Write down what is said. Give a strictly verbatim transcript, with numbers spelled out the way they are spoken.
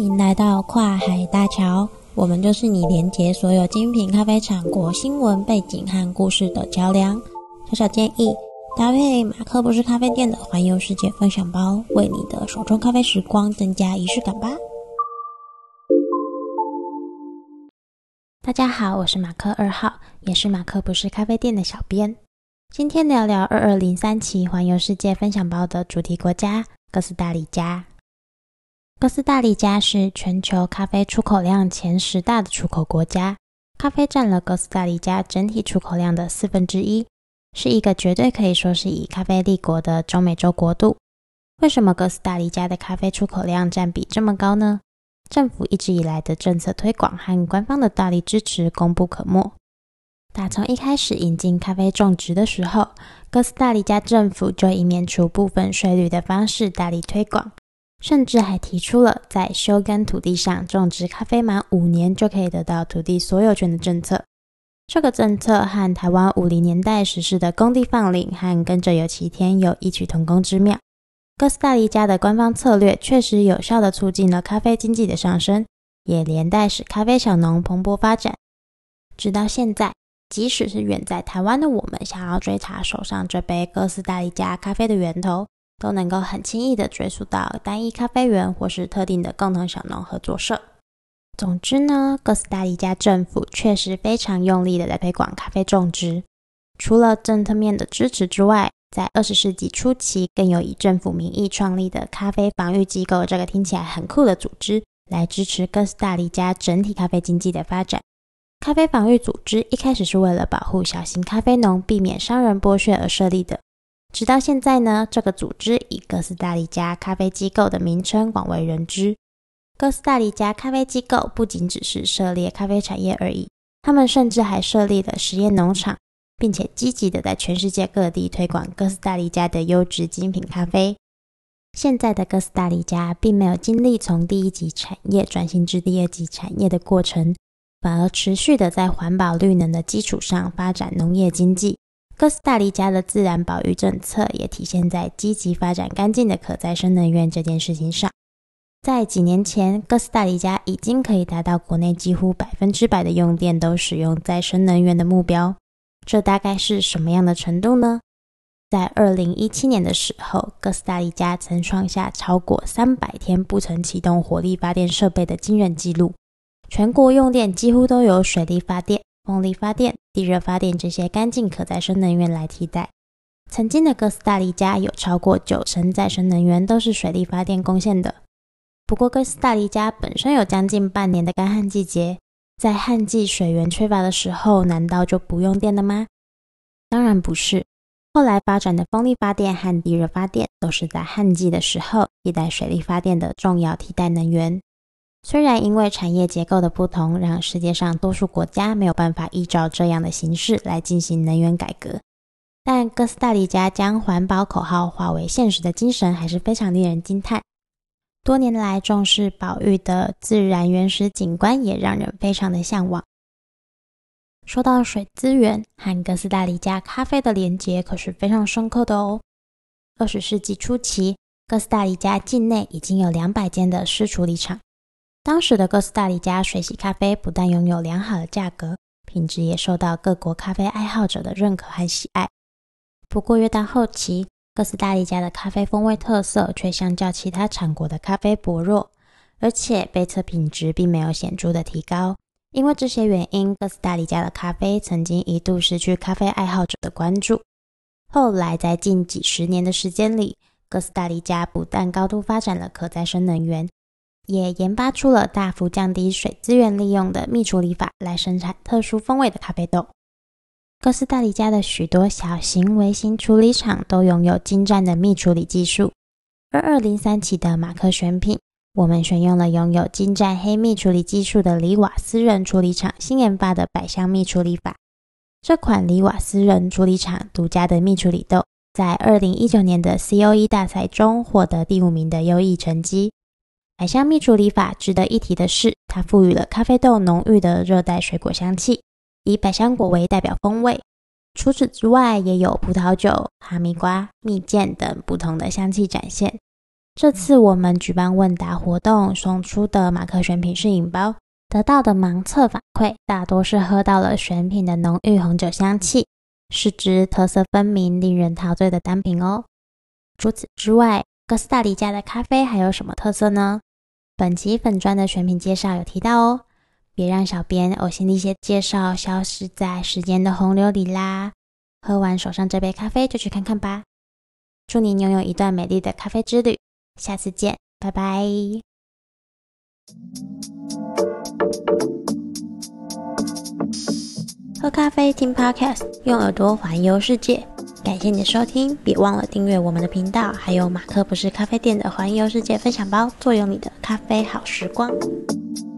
迎来到跨海大桥，我们就是你连结所有精品咖啡产国新闻背景和故事的桥梁。小小建议，搭配马克不是咖啡店的环游世界分享包，为你的手冲咖啡时光增加仪式感吧。大家好，我是马克二号，也是马克不是咖啡店的小编。今天聊聊二二零三期环游世界分享包的主题国家哥斯达黎加。哥斯达黎加是全球咖啡出口量前十大的出口国家，咖啡占了哥斯达黎加整体出口量的四分之一，是一个绝对可以说是以咖啡立国的中美洲国度。为什么哥斯达黎加的咖啡出口量占比这么高呢？政府一直以来的政策推广和官方的大力支持功不可没。打从一开始引进咖啡种植的时候，哥斯达黎加政府就以免除部分税率的方式大力推广，甚至还提出了在休耕土地上种植咖啡满五年就可以得到土地所有权的政策。这个政策和台湾五零年代实施的公地放领和跟着有其天有异曲同工之妙。哥斯达黎加的官方策略确实有效地促进了咖啡经济的上升，也连带使咖啡小农蓬勃发展。直到现在，即使是远在台湾的我们想要追查手上这杯哥斯达黎加咖啡的源头，都能够很轻易地追溯到单一咖啡园或是特定的共同小农合作社。总之呢，哥斯达黎加政府确实非常用力地在推广咖啡种植。除了政策面的支持之外，在二十世纪初期更有以政府名义创立的咖啡防御机构，这个听起来很酷的组织，来支持哥斯达黎加整体咖啡经济的发展。咖啡防御组织一开始是为了保护小型咖啡农避免商人剥削而设立的，直到现在呢，这个组织以哥斯达黎加咖啡机构的名称广为人知。哥斯达黎加咖啡机构不仅只是涉猎咖啡产业而已，他们甚至还设立了实验农场，并且积极的在全世界各地推广哥斯达黎加的优质精品咖啡。现在的哥斯达黎加并没有经历从第一级产业转型至第二级产业的过程，反而持续的在环保绿能的基础上发展农业经济。哥斯达黎加的自然保育政策也体现在积极发展干净的可再生能源这件事情上。在几年前，哥斯达黎加已经可以达到国内几乎百分之百的用电都使用再生能源的目标。这大概是什么样的程度呢？在二零一七年的时候，哥斯达黎加曾创下超过三百天不曾启动火力发电设备的惊人纪录。全国用电几乎都由水力发电、风力发电、地热发电这些干净可再生能源来替代。曾经的哥斯达黎加有超过九成再生能源都是水力发电贡献的。不过哥斯达黎加本身有将近半年的干旱季节，在旱季水源缺乏的时候，难道就不用电了吗？当然不是。后来发展的风力发电和地热发电都是在旱季的时候替代水力发电的重要替代能源。虽然因为产业结构的不同，让世界上多数国家没有办法依照这样的形式来进行能源改革，但哥斯达黎加将环保口号化为现实的精神还是非常令人惊叹。多年来重视保育的自然原始景观也让人非常的向往。说到水资源，和哥斯达黎加咖啡的连结可是非常深刻的哦。二十世纪初期，哥斯达黎加境内已经有两百间的湿处理厂。当时的哥斯达黎加水洗咖啡不但拥有良好的价格，品质也受到各国咖啡爱好者的认可和喜爱。不过越到后期，哥斯达黎加的咖啡风味特色却相较其他产国的咖啡薄弱，而且杯测品质并没有显著的提高。因为这些原因，哥斯达黎加的咖啡曾经一度失去咖啡爱好者的关注。后来在近几十年的时间里，哥斯达黎加不但高度发展了可再生能源，也研发出了大幅降低水资源利用的蜜处理法来生产特殊风味的咖啡豆。哥斯达黎加的许多小型微型处理厂都拥有精湛的蜜处理技术。二二零三期的马克选品，我们选用了拥有精湛黑蜜处理技术的里瓦斯人处理厂新研发的百香蜜处理法。这款里瓦斯人处理厂独家的蜜处理豆，在二零一九年的 C O E 大赛中获得第五名的优异成绩。百香蜜处理法值得一提的是，它赋予了咖啡豆浓郁的热带水果香气，以百香果为代表风味。除此之外，也有葡萄酒、哈密瓜、蜜饯等不同的香气展现。 这次我们举办问答活动，送出的马克选品试饮包，得到的盲测反馈大多是喝到了选品的浓郁红酒香气，是支特色分明、令人陶醉的单品哦。除此之外，哥斯达黎加的咖啡还有什么特色呢？本集粉专的选品介绍有提到哦，别让小编呕心沥血介绍消失在时间的洪流里啦。喝完手上这杯咖啡就去看看吧。祝您拥有一段美丽的咖啡之旅，下次见，拜拜。喝咖啡听 Podcast， 用耳朵环游世界。感谢你的收听，别忘了订阅我们的频道，还有马克不是咖啡店的环游世界分享包，坐拥你的咖啡好时光。